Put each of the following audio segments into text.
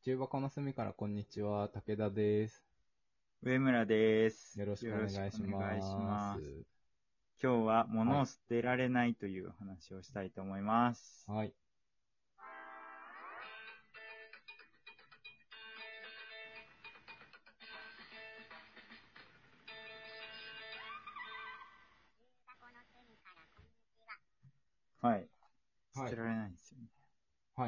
中箱の隅からこんにちは、武田です。 上村です。 よろしくお願いしよろしくお願いします。 ます。今日ははい。 物を捨てられないという話をしたいと思います。 はい。 はい。 はい。 捨てられないんですよね。 はい。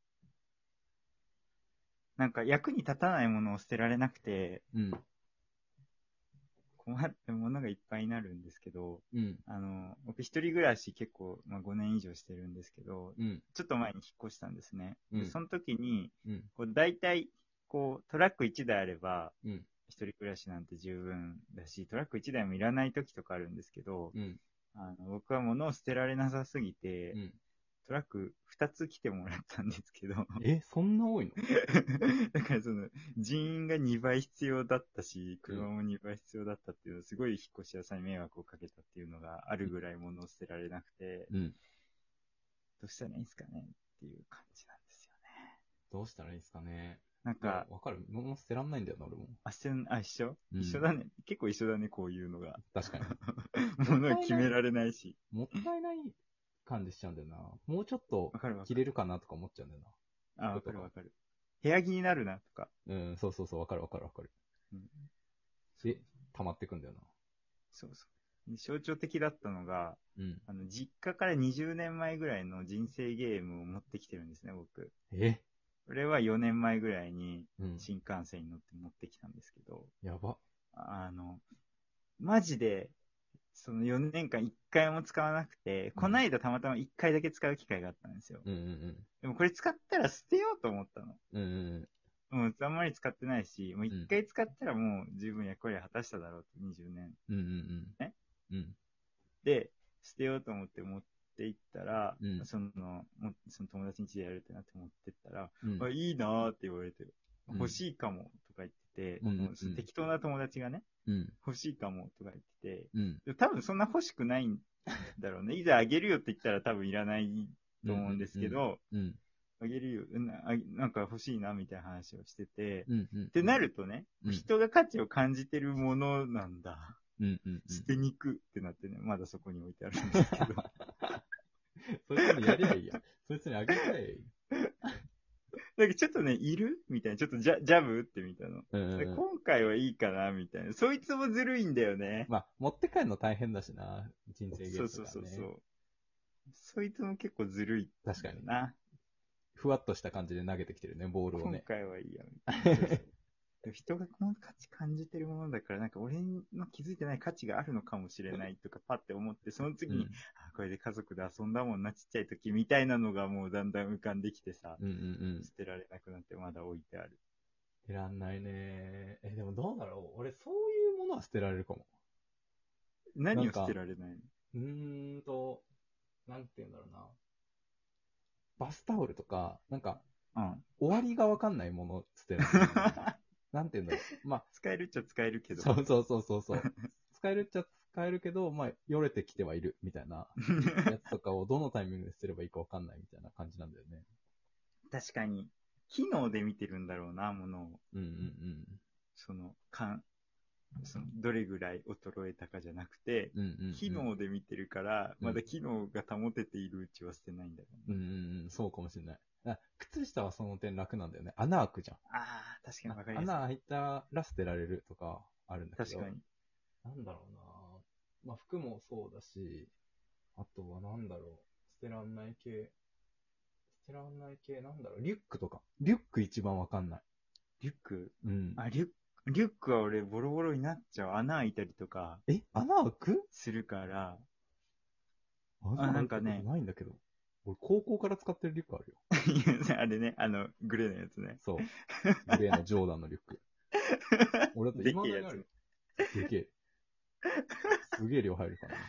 なんか役に立たないものを捨てられなくてうん。 困ってものがいっぱいになるんですけど、 うん。 僕一人暮らし結構、5年以上してるんですけど、 うん。 ちょっと前に引っ越したんですね。で、 うん。 その時に、 うん。 大体、トラック1台あれば、 うん。 一人暮らしなんて十分だし、トラック1台もいらない時とかあるんですけど、 うん。 僕は物を捨てられなさすぎて、 うん。 トラック2つ来てもらったんですけどそんな多いの？ だから人員が2倍必要だったし、 うん。 車も2倍必要だったっていうのすごい引っ越し屋さんに迷惑をかけたっていうのがあるぐらい物を捨てられなくて、 うん。 どうしたらいいんですかねっていう感じなんですよね。 どうしたらいいですかね。いや、 なんか、 わかる。物捨てらんないんだよな、俺も。 一緒うん。 一緒だね。結構一緒だね、こういうのが。 確かに。もっ物をたいない、 決められないし。 もったいない感じしちゃうんだよな。もうちょっとわかるわかる。 着れるかなとか思っちゃうんだよな。 わ服とか。 かるわかる。部屋着になるなとか。 うん、そうそうそう、わかるわかるわかる。 うん、そうで、溜まってくんだよな。 そうそう。象徴的だったのが、 うん。 実家から20年前ぐらいの人生ゲームを持ってきてるんですね、僕。 えこれは4年前ぐらいにうん。 新幹線に乗って持ってきたんですけど、 やば。 あの、マジで、その4年間1回も使わなくて、 うん。 こないだたまたま1回だけ使う機会があったんですよ。 うんうんでもこれ使ったら捨てようと思ったの。 うん。うんもうあんまり使ってないし、もう1 うん。 回使ったらもう十分役割を果たしただろうって20年。 うんうんね。 うん。うん。 で、捨てようと思って持って行ったら、 うん。 その友達ん家でやるってなって持ってったら、 うん。 いいなーって言われて、 うん。 欲しいかもとか言ってて、 うんもううん適当な友達がね、 うん。 欲しいかもとか言ってうん。 て、多分そんな欲しくないんだろうね。いざあげるよって言ったら多分いらないうんと思うんですけど、 うん。 あげるよ、なんか欲しいなみたいな話をしてて、 うんうん。 ってなるとね、 うん。 人が価値を感じてるものなんだ。 うんうんうん。 捨てにくってなってね、まだそこに置いてあるんですけど。 そいつにやりゃいいや。そいつにあげちゃえいい。 なんかちょっとね、いるみたいな。ちょっとジャブ打ってみたの。 うんうんうん。 今回はいいかなみたいな。そいつもずるいんだよね。 まあ、持って帰るの大変だしな。人生ゲームとそうそうかね。 そうそう。そいつも結構ずるいん確かに。 だよな。 ふわっとした感じで投げてきてるね、ボールを今ね。 回はいいや、みたいな。そうそう。でも人がこの価値感じてるものだから、なんか俺の気づいてない価値があるのかもしれないとかパッて思って、その次に、 うん。 これで家族で遊んだもんな、ちっちゃい時みたいなのがもうだんだん浮かんできてさ、 うんうんうん。 捨てられなくなってまだ置いてある。 捨てらんないね。でもどうだろう。俺、そういうものは捨てられるかも。なんか、 何を捨てられないの？ うーんと、なんて言うんだろうな。バスタオルとか、なんか、 うん。 終わりがわかんないもの捨てられない。なんて言うんだろう。まあ、 使えるっちゃ使えるけど。 そうそうそうそうそう。使えるっちゃ使えるけど、まあ、よれてきてはいる、みたいなやつとかをどのタイミングで捨てればいいかわかんないみたいな感じなんだよね。 確かに、機能で見てるんだろうな、ものを。 うんうんその、どれぐらい衰えたかじゃなくて、 うん。うんうん機うん。 能で見てるから、 うんまだ機能が保てているうちは捨てないんだろうな。 うんうんうん。そうかもしれない。靴下はその点楽なんだよね。穴開くじゃん。 ああ、確かにわかりやすい。 穴開いたら捨てられるとかあるんだけど、 確かに。 なんだろうな。まあ、服もそうだし、あとはなんだろう。捨てらんない系。捨てらんない系、なんだろう。リュックとか。リュック一番わかんない。 リュックうん。 リュックは俺ボロボロになっちゃう。穴開いたりとか穴開く？ するから、 穴開いたことなんかね、 ないんだけど。俺、高校から使ってるリュックあるよ。 あれね、グレーのやつね。 そう。グレーのジョーダンのリュック。俺だってでけえやつね。 未だにあるよ。でけえ。すげえ量入るからね。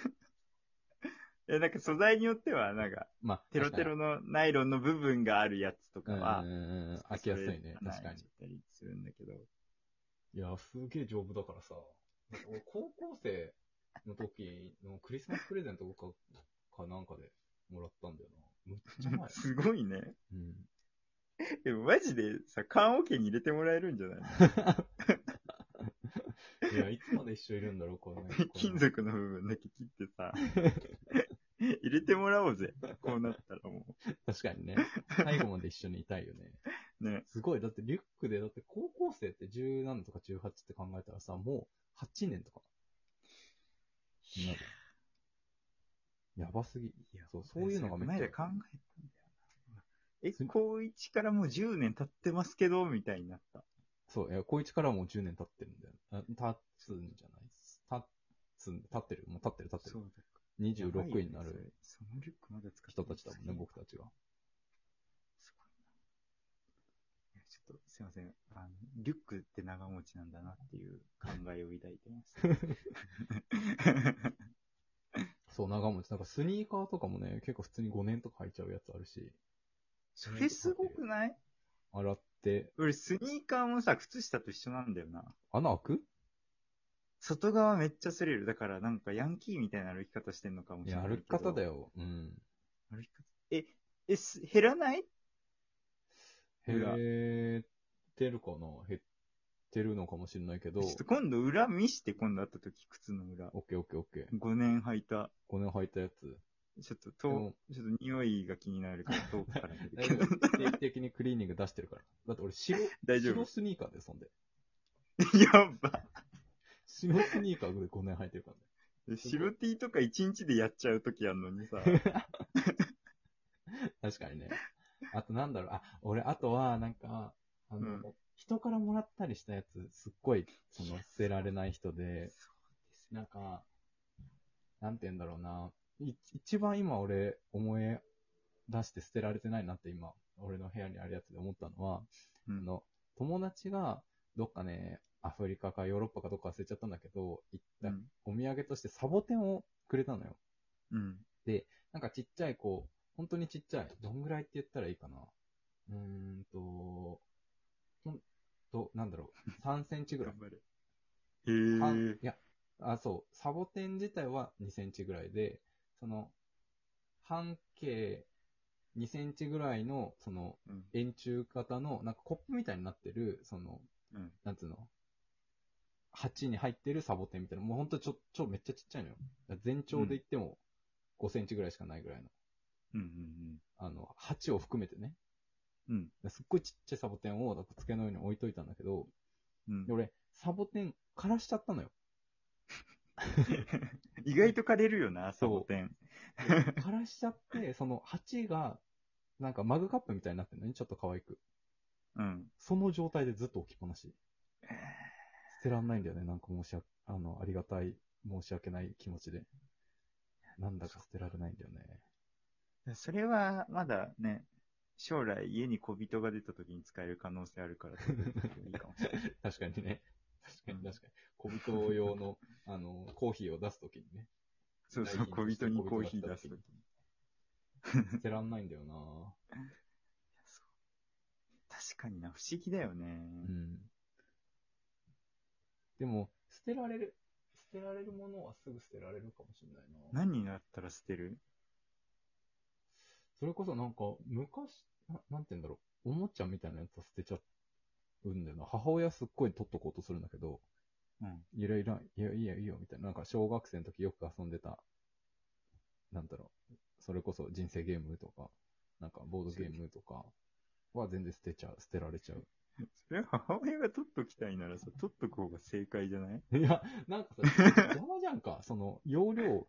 なんか素材によっては、なんか、 まあ、 テロ確かに。 テロのナイロンの部分があるやつとかうんうんは、 うんうん。開きそれ、 やすいね。 穴開い確かに。 ちゃったりするんだけど。 いや、すげえ丈夫だからさ。だって俺、高校生の時のクリスマスプレゼントかなんかでもらったんだよな。むっちゃ前。 すごいね。 うん。 でもマジでさ、棺桶に入れてもらえるんじゃないいや、いつまで一緒いるんだろう、このね。 金属の部分だけ切ってさ、入れてもらおうぜ。こうなったらも確かにね。最後まで一緒にいたいよね。 う。ね。 すごい。だってリュックで、だって高校生って17とか18って考えたらさ、もう8年とか。なる。やばすぎ。そういうのがめっちゃ。 前で考えたんだよな。高1からもう10年経ってますけど、みたいになった。 そう、いや、高1からもう10年経ってるんだよ。経つんじゃない経ってる。もう経ってる。 そうだ。 26になるそのリュックまだ使って人たちだもんね、僕たちが。 すごいな。ちょっと、すいません。リュックって長持ちなんだなっていう考えを抱いてます。 そう、長持ち。なんかスニーカーとかもね、結構普通に5年とか履いちゃうやつあるし。 それすごくない？ 洗って。 俺、スニーカーもさ、靴下と一緒なんだよな。 穴開く？ 外側めっちゃ擦れる。だからなんかヤンキーみたいな歩き方してんのかもしいや、 れないけど。 歩き方だよ。うん。 歩き方。減らない？ 減ってるかな？減ってるのかもしれないけど。 ちょっと今度裏見して、今度会った時、靴の裏。 オッケー。 5年履いた。 5年履いたやつ。 ちょっと匂いが気になるから遠くから見る大けど。 丈夫。定期的にクリーニング出してるから。だって俺大丈夫白スニーカーでそんで。 やば。 白スニーカーで5年履いてるからね。 白 T とか1日でやっちゃう時あるのにさ。 確かにね。あとなんだろう。あとは、なんか、人からもらったりしたやつ、すっごい、捨てられない人で、なんか、なんて言うんだろうな。一番今俺思い出して捨てられてないなって今、俺の部屋にあるやつで思ったのは、友達がどっかね、アフリカかヨーロッパかどっか忘れちゃったんだけど、行ったお土産としてサボテンをくれたのよ。で、なんかちっちゃい本当にちっちゃい。どんぐらいって言ったらいいかな。なんだろう。3センチぐらい。いや、そう。サボテン自体は2センチぐらいで、半径2センチぐらいの、円柱型の、なんかコップみたいになってる、なんつうの、鉢に入ってるサボテンみたいな、もうほんとめっちゃちっちゃいのよ。全長で言っても5センチぐらいしかないぐらいの。鉢を含めてね。すっごいちっちゃいサボテンを机の上に置いといたんだけど、で俺、サボテン枯らしちゃったのよ。 意外と枯れるよな、サボテン。 枯らしちゃって、鉢が、なんかマグカップみたいになってるのに、ちょっと可愛く。その状態でずっと置きっぱなし。捨てらんないんだよね。なんかありがたい、申し訳ない気持ちで。なんだか捨てられないんだよね。 それは、まだね、将来家に小人が出た時に使える可能性あるから、いいかもしれない。 確かにね。確かに。小人用の、コーヒーを出すときにね。 そう、小人にコーヒー出すときに。捨てらんないんだよな。 確かにな、不思議だよね。 でも、捨てられるものはすぐ捨てられるかもしれないな。 何になったら捨てる？ それこそなんか、昔、なんて言うんだろう。おもちゃみたいなやつは捨てちゃうんだよな。母親すっごい取っとこうとするんだけど、いや、いいよ、みたいな。なんか、小学生の時よく遊んでた、なんだろう。それこそ人生ゲームとか、なんか、ボードゲームとかは全然捨てられちゃう。 それは母親が取っときたいならさ、取っとく方が正解じゃない？ いや、なんかさ、邪魔じゃんか。容量、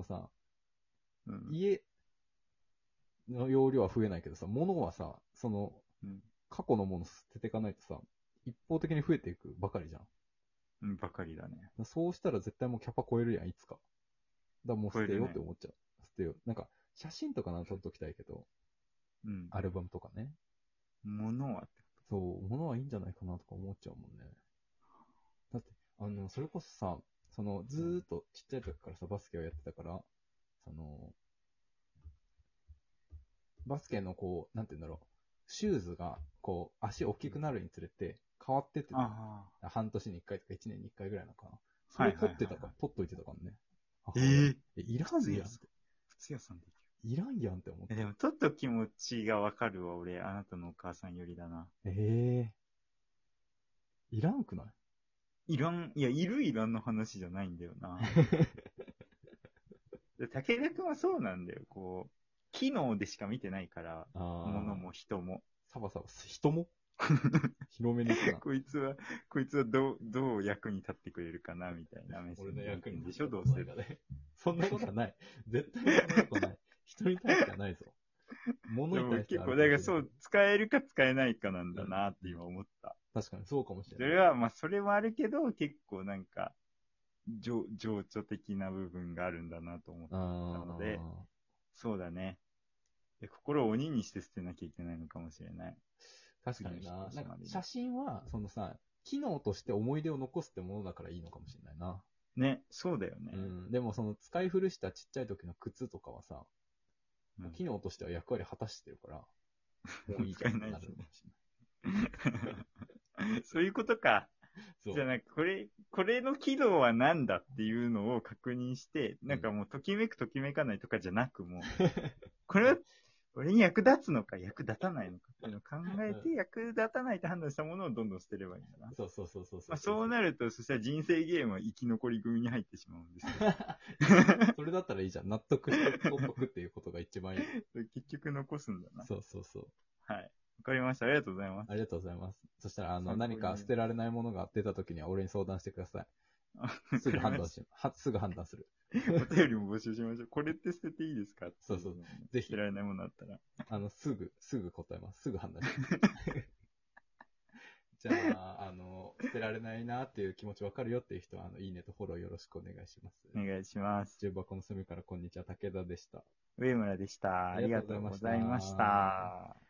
家の容量は増えないけどさ、物はさ、過去のもの捨てていかないとさ、一方的に増えていくばかりじゃん。 ばかりだね。 そうしたら絶対もうキャパ超えるやん、いつか。だからもう捨てようって思っちゃう。捨てよう。なんか、写真とかなら撮っときたいけど、アルバムとかね。 物はそう、物はいいんじゃないかなとか思っちゃうもんね。だって、それこそさ、ずーっとちっちゃい時からさ、バスケをやってたから、バスケのなんて言うんだろう、シューズが、足大きくなるにつれて変わってってた。半年に一回とか一年に一回ぐらいなのかな。それ取っといてたからね。いらんやんって。 靴屋さんできる。 いらんやんって思って。 でも、ちょっと気持ちがわかるわ、俺。あなたのお母さんよりだな。 いらんくないいらん、いや、いるいらんの話じゃないんだよな。で武田くんはそうなんだよ。こう、機能でしか見てないから、物も人も。 サバサバ、人も広めに行くな。 こいつはどう役に立ってくれるかな、みたいな目線俺の役にでしょ、 立つどうせ。 そんなことはない。絶対そんなことない。人に対してはないぞ。物でもに対しては結構、だからそう、使えるか使えないかなんだなって今思った。 確かにそうかもしれない。 それは、まあ、それもあるけど、結構なんか、情緒的な部分があるんだなと思ったので、そうだね。心を鬼にして捨てなきゃいけないのかもしれない。 確かにな。なんか写真は、そのさ、機能として思い出を残すってものだからいいのかもしれないな。 ね、そうだよね。 でもその使い古したちっちゃい時の靴とかはさ、機能としては役割果たしてるから、もういいじゃんってなるのかもしれない。そういうことか。じゃあなんかこれの機能は何だっていうのを確認して、なんかもうときめくときめかないとかじゃなくもう、これは俺に役立つのか役立たないのかっていうのを考えて、役立たないって判断したものをどんどん捨てればいいんだな。 そう。 まあそうなると、そしたら人生ゲームは生き残り組に入ってしまうんですけど。 それだったらいいじゃん。納得して取っとくっていうことが一番いい。 結局残すんだな。 そう。 はい。わかりました。ありがとうございます。 ありがとうございます。そしたら、何か捨てられないものが出た時には俺に相談してください。すぐ判断する。 お便りも募集しましょう。これって捨てていいですか？ そう。ぜひ。 捨てられないものあったら。 すぐ答えます。すぐ判断します。じゃあ、捨てられないなっていう気持ちわかるよっていう人は、いいねとフォローよろしくお願いします。 お願いします。 重箱の隅からこんにちは、武田でした。 上村でした。ありがとうございました。